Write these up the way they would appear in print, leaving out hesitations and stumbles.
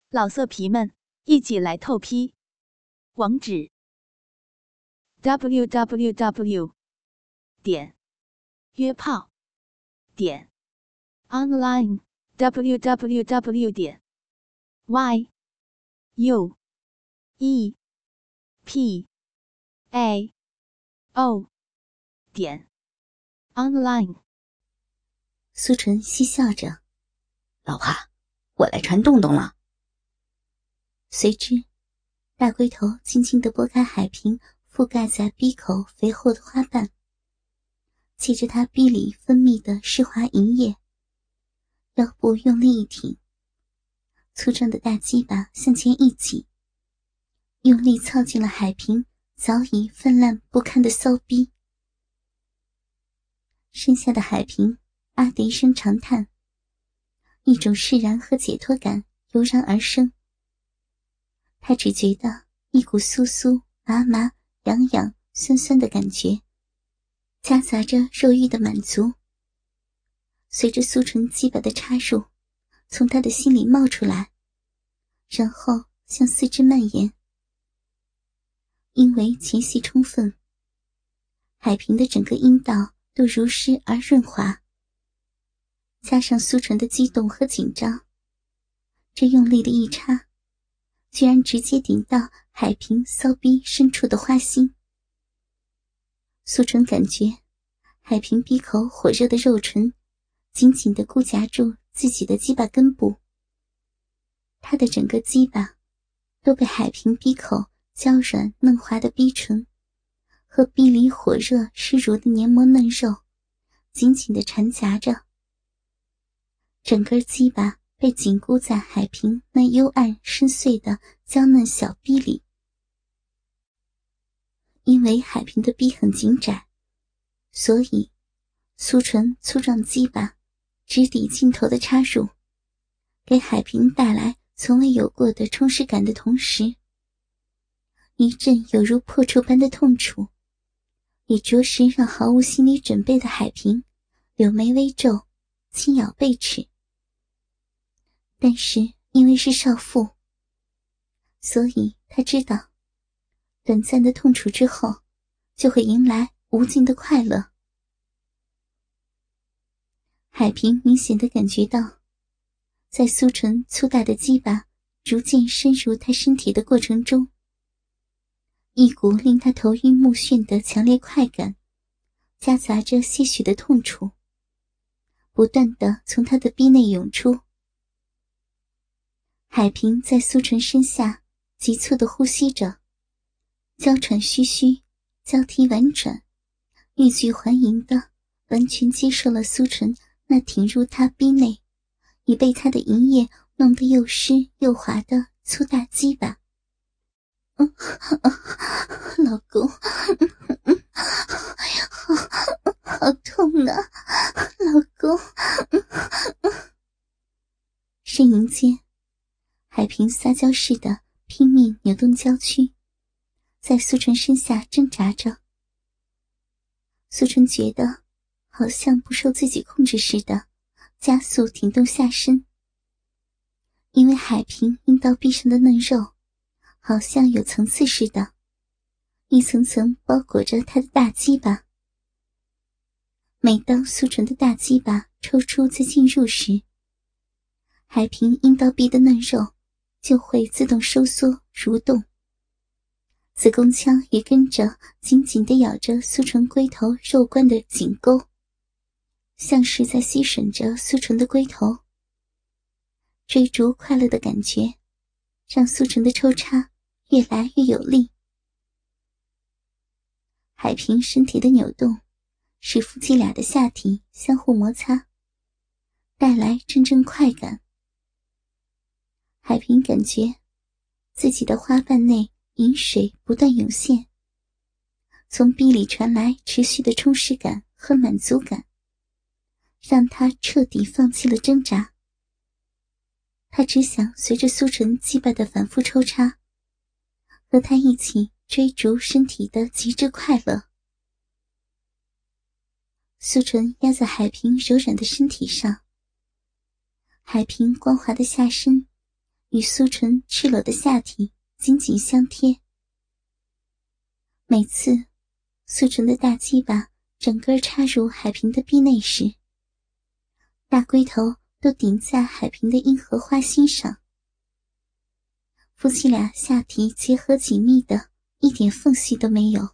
老色皮们，一起来透批！网址 www.约炮online www.yuepao.online。 苏纯嬉笑着：“老婆，我来传洞洞了。”随之，大龟头轻轻地拨开海平覆盖在逼口肥厚的花瓣，借着他逼里分泌的湿滑银液，腰部用力一挺，粗壮的大鸡巴向前一挤，用力操进了海平早已泛滥不堪的骚逼。身下的海平啊的一声长叹，一种释然和解脱感油然而生。他只觉得一股酥酥麻麻痒痒酸酸的感觉，夹杂着肉欲的满足，随着苏纯鸡巴的插入从他的心里冒出来，然后向四肢蔓延。因为前戏充分，海平的整个阴道都如湿而润滑，加上苏纯的激动和紧张，这用力的一插居然直接顶到海平骚逼深处的花心。苏纯感觉海平逼口火热的肉唇紧紧地箍夹住自己的鸡巴根部，他的整个鸡巴都被海平逼口娇软嫩滑的逼唇和逼里火热湿如的黏膜嫩肉紧紧地缠夹着，整根鸡巴被紧箍在海平那幽暗深邃的娇嫩小逼里。因为海平的逼很紧窄，所以苏纯粗壮鸡巴直抵尽头的插入，给海平带来从未有过的充实感的同时，一阵有如破处般的痛楚也着实让毫无心理准备的海平柳眉微皱，轻咬背齿。但是因为是少妇，所以他知道短暂的痛楚之后就会迎来无尽的快乐。海平明显地感觉到，在苏纯粗大的鸡巴逐渐深入他身体的过程中，一股令他头晕目眩的强烈快感夹杂着些许的痛楚不断地从他的逼内涌出。海平在苏纯身下急促地呼吸着，娇喘吁吁，交替婉转，欲拒还迎地完全接受了苏纯那挺入他逼内已被他的银液弄得又湿又滑的粗大鸡巴。老公，好痛啊，老公。呻吟间，海平撒娇似的拼命扭动娇躯，在苏纯身下挣扎着。苏纯觉得好像不受自己控制似的，加速挺动下身。因为海平阴道壁上的嫩肉好像有层次似的，一层层包裹着他的大鸡巴。每当苏纯的大鸡巴抽出再进入时，海平阴道壁的嫩肉就会自动收缩蠕动，子宫腔也跟着紧紧地咬着苏纯龟头肉冠的紧沟，像是在吸吮着苏纯的龟头。追逐快乐的感觉让苏纯的抽插越来越有力。海平身体的扭动使夫妻俩的下体相互摩擦，带来阵阵快感。海平感觉自己的花瓣内饮水不断涌现，从逼里传来持续的充实感和满足感，让他彻底放弃了挣扎。他只想随着苏纯鸡巴的反复抽插，和他一起追逐身体的极致快乐。苏纯压在海平柔软的身体上，海平光滑的下身与苏纯赤裸的下体紧紧相贴。每次苏纯的大鸡巴整个插入海平的臂内时，大龟头都顶在海平的阴核花心上，夫妻俩下体结合紧密的一点缝隙都没有。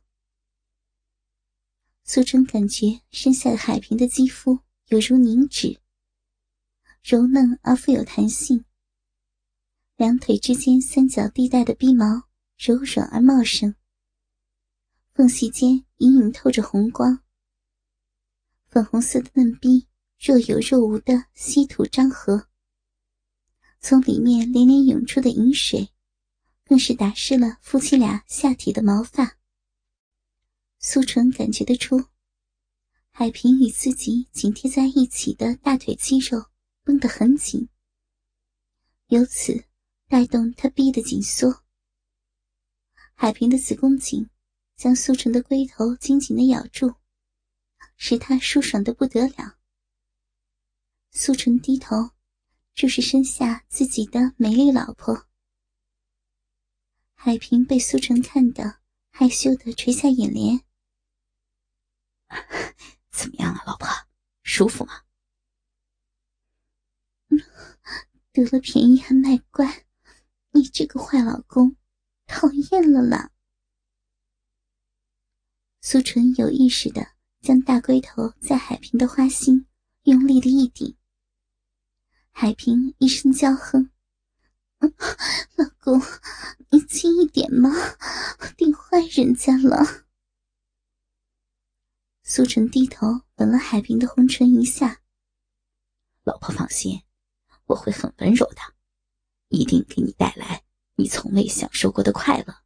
苏纯感觉身下海平的肌肤有如凝脂，柔嫩而富有弹性，两腿之间三角地带的逼毛柔软而茂盛，缝隙间隐隐透着红光，粉红色的嫩逼若有若无的稀土张合，从里面连连涌出的饮水更是打湿了夫妻俩下体的毛发。苏纯感觉得出，海平与自己紧贴在一起的大腿肌肉绷得很紧，由此带动他逼得紧缩。海平的子宫颈将苏纯的龟头紧紧地咬住，使他舒爽得不得了。苏纯低头注视身下自己的美丽老婆，海平被苏纯看得害羞地垂下眼帘。 怎么样啊，老婆，舒服吗？ 得了便宜还卖乖，你这个坏老公，讨厌了啦。苏纯有意识地将大龟头在海平的花心用力地一顶，海平一声娇哼，老公，你轻一点嘛，顶坏人家了。苏纯低头吻了海平的红唇一下， 老婆放心，我会很温柔的，一定给你带来你从未享受过的快乐。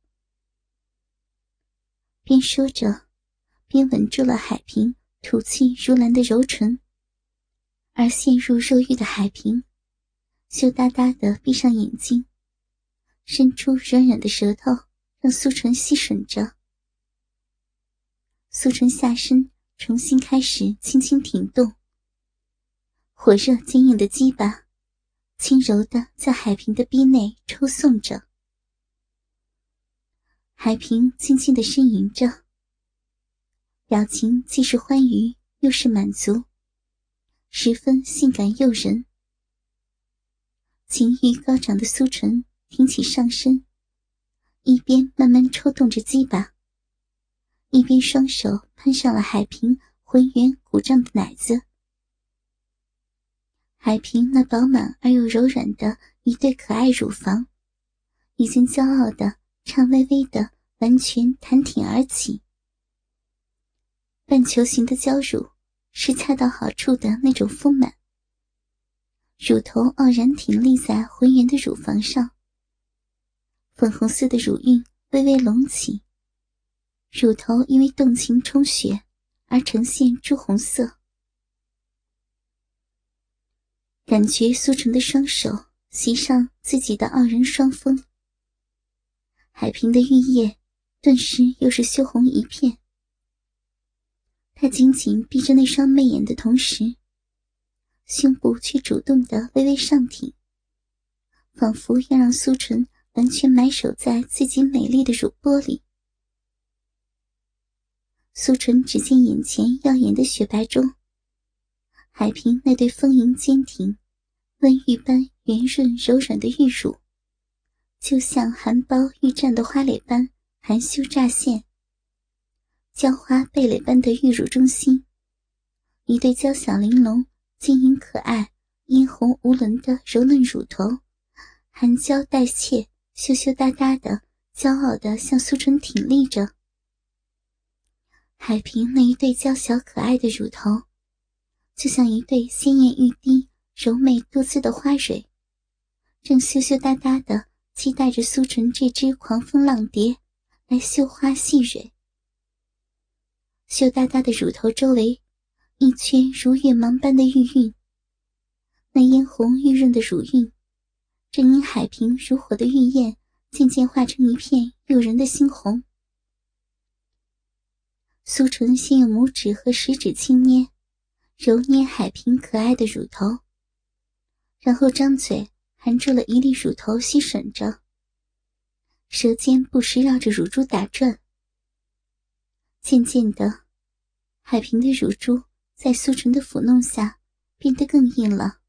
边说着，边吻住了海平吐气如兰的柔唇，而陷入肉欲的海平羞答答地闭上眼睛，伸出软软的舌头让苏纯吸吮着。苏纯下身重新开始轻轻挺动，火热坚硬的鸡巴轻柔地在海平的逼内抽送着。海平轻轻地呻吟着，表情既是欢愉又是满足，十分性感诱人。情欲高涨的苏纯挺起上身，一边慢慢抽动着鸡巴，一边双手攀上了海平浑圆鼓胀的奶子。海平那饱满而又柔软的一对可爱乳房已经骄傲地颤巍巍地完全弹挺而起，半球形的娇乳是恰到好处的那种丰满，乳头傲然挺立在浑圆的乳房上，粉红色的乳晕微微隆起，乳头因为动情充血而呈现朱红色。感觉苏纯的双手袭上自己的傲人双峰，海平的玉液顿时又是羞红一片。他紧紧闭着那双媚眼的同时，胸部却主动地微微上挺，仿佛要让苏纯完全埋首在自己美丽的乳波里。苏纯只见眼前耀眼的雪白中，海平那对丰盈坚挺、温玉般圆润柔软的玉乳，就像含苞欲绽的花蕾般含羞乍现。娇花蓓蕾般的玉乳中心，一对娇小玲珑、晶莹可爱、嫣红无伦的柔嫩乳头，含娇带怯、羞羞答答的，骄傲地向苏纯挺立着。海平那一对娇小可爱的乳头，就像一对鲜艳欲滴、柔美多姿的花蕊，正羞羞答答地期待着苏纯这只狂风浪蝶来绣花戏蕊。羞答答的乳头周围，一圈如月芒般的玉晕，那嫣红玉润的乳晕，正因海平如火的玉焰渐渐化成一片诱人的猩红。苏纯先用拇指和食指轻捏、揉捏海平可爱的乳头，然后张嘴含住了一粒乳头吸吮着，舌尖不时绕着乳珠打转。渐渐的，海平的乳珠在苏纯的抚弄下变得更硬了。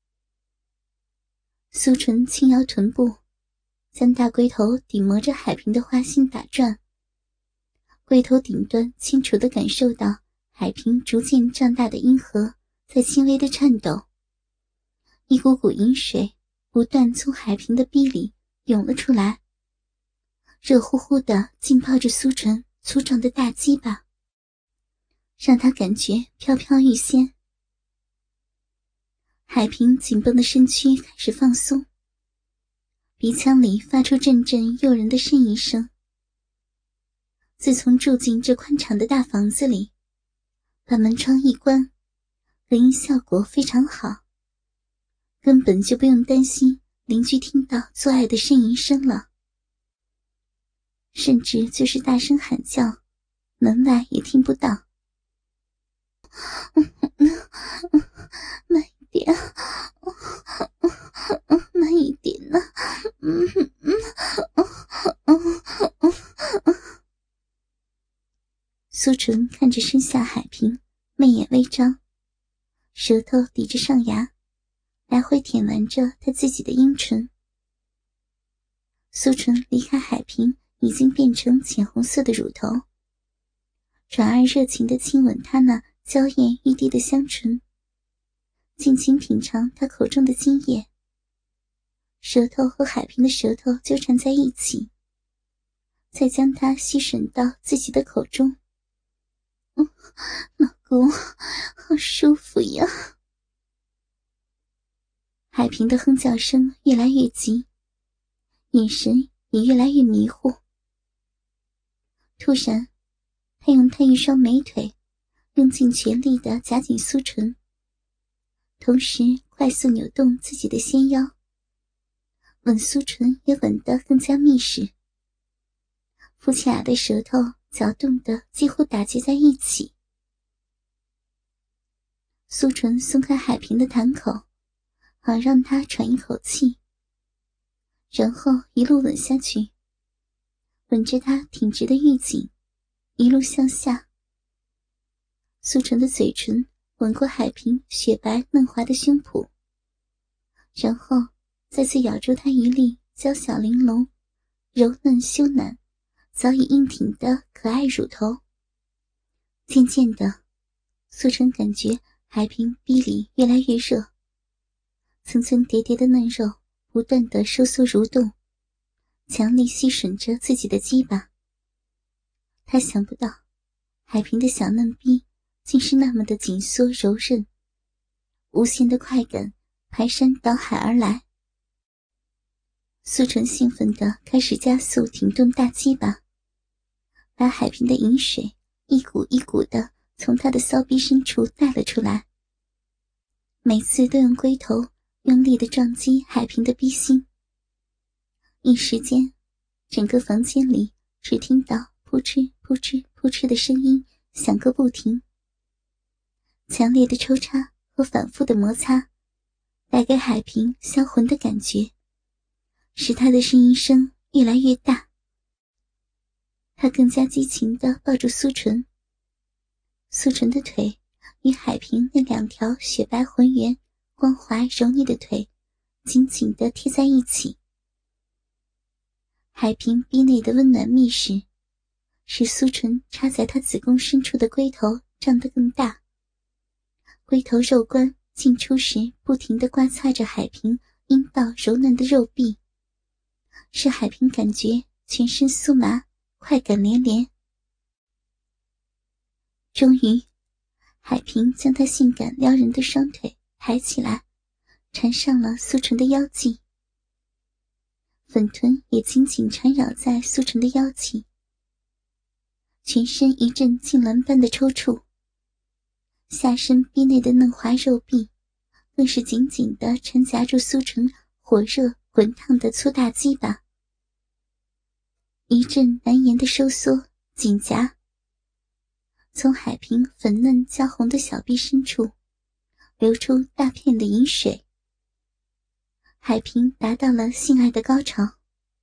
苏纯轻摇臀部，将大龟头顶磨着海平的花心打转，龟头顶端清楚地感受到海平逐渐胀大的阴核在轻微的颤抖，一股股饮水不断从海平的逼里涌了出来，热乎乎的浸泡着苏纯粗壮的大鸡巴，让他感觉飘飘欲仙。海平紧绷的身躯开始放松，鼻腔里发出阵阵诱人的呻吟声。自从住进这宽敞的大房子里，把门窗一关，隔音效果非常好，根本就不用担心邻居听到做爱的呻吟声了。甚至就是大声喊叫，门外也听不到。慢一点，慢一点呢。苏纯看着身下海平，媚眼微张，舌头抵着上牙，来回舔玩着他自己的阴唇。苏纯离开海平已经变成浅红色的乳头，转而热情地亲吻他那娇艳欲滴的香唇，尽情品尝他口中的精液。舌头和海平的舌头纠缠在一起，再将它吸吮到自己的口中。老公，好舒服呀！海平的哼叫声越来越急，眼神也越来越迷糊。突然，他用他一双美腿用尽全力地夹紧苏纯，同时快速扭动自己的纤腰，吻苏纯也吻得更加密实。夫妻俩的舌头搅动得几乎打结在一起。苏纯松开海平的潭口，好让他喘一口气，然后一路吻下去，吻着他挺直的玉颈，一路向下。苏纯的嘴唇吻过海平雪白嫩滑的胸脯，然后再次咬住他一粒娇小玲珑、柔嫩羞赧、早已硬挺的可爱乳头。渐渐的，苏纯感觉海平逼里越来越热，层层叠叠的嫩肉不断地收缩蠕动，强力吸吮着自己的鸡巴。他想不到海平的小嫩逼竟是那么的紧缩柔韧，无限的快感排山倒海而来。苏纯兴奋地开始加速挺动大鸡巴，把海平的饮水一股一股地从他的骚逼深处带了出来，每次都用龟头用力地撞击海平的逼心。一时间，整个房间里只听到扑哧扑哧扑哧的声音响个不停。强烈的抽插和反复的摩擦带给海平销魂的感觉，使他的呻吟声越来越大。他更加激情地抱住苏纯，苏纯的腿与海平那两条雪白浑圆、光滑柔腻的腿紧紧地贴在一起。海平逼内的温暖密实，使苏纯插在他子宫深处的龟头胀得更大。龟头肉冠进出时不停地刮擦着海平阴道柔嫩的肉壁，使海平感觉全身酥麻，快感连连。终于，海平将他性感撩人的双腿抬起来，缠上了苏纯的腰际，粉臀也紧紧缠绕在苏纯的腰际，全身一阵痉挛般的抽搐，下身逼内的嫩滑肉壁更是紧紧地缠夹住苏纯火热滚烫的粗大鸡巴，一阵难言的收缩紧夹，从海平粉嫩焦红的小臂深处流出大片的饮水。 海平达到了性爱的高潮。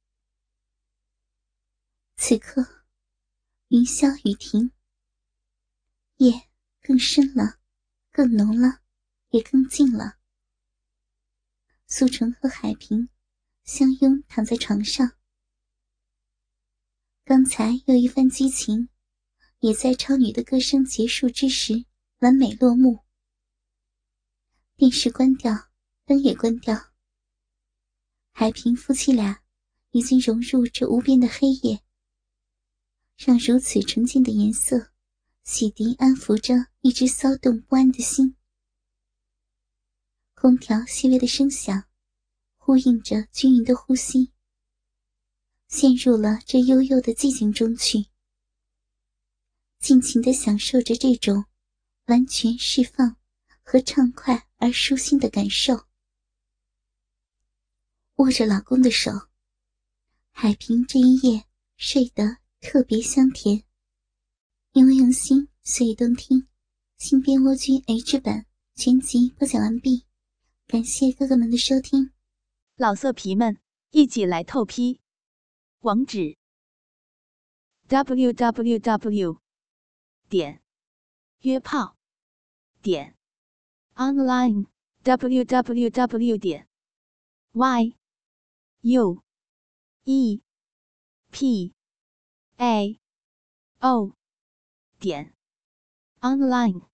此刻云霄雨停，夜更深了，更浓了，也更近了。苏纯和海平相拥躺在床上，刚才又一番激情也在超女的歌声结束之时完美落幕。电视关掉，灯也关掉，海平夫妻俩已经融入这无边的黑夜，让如此纯净的颜色洗涤安抚着一直骚动不安的心。空调细微的声响呼应着均匀的呼吸，陷入了这悠悠的寂静中去，尽情地享受着这种完全释放和畅快而舒心的感受。握着老公的手，海平这一夜睡得特别香甜。因为用心，所以动听。新编蜗居 H 版全集播讲完毕，感谢哥哥们的收听。 老色皮们，一起来透批！网址 www.约炮.online www.yuepao.online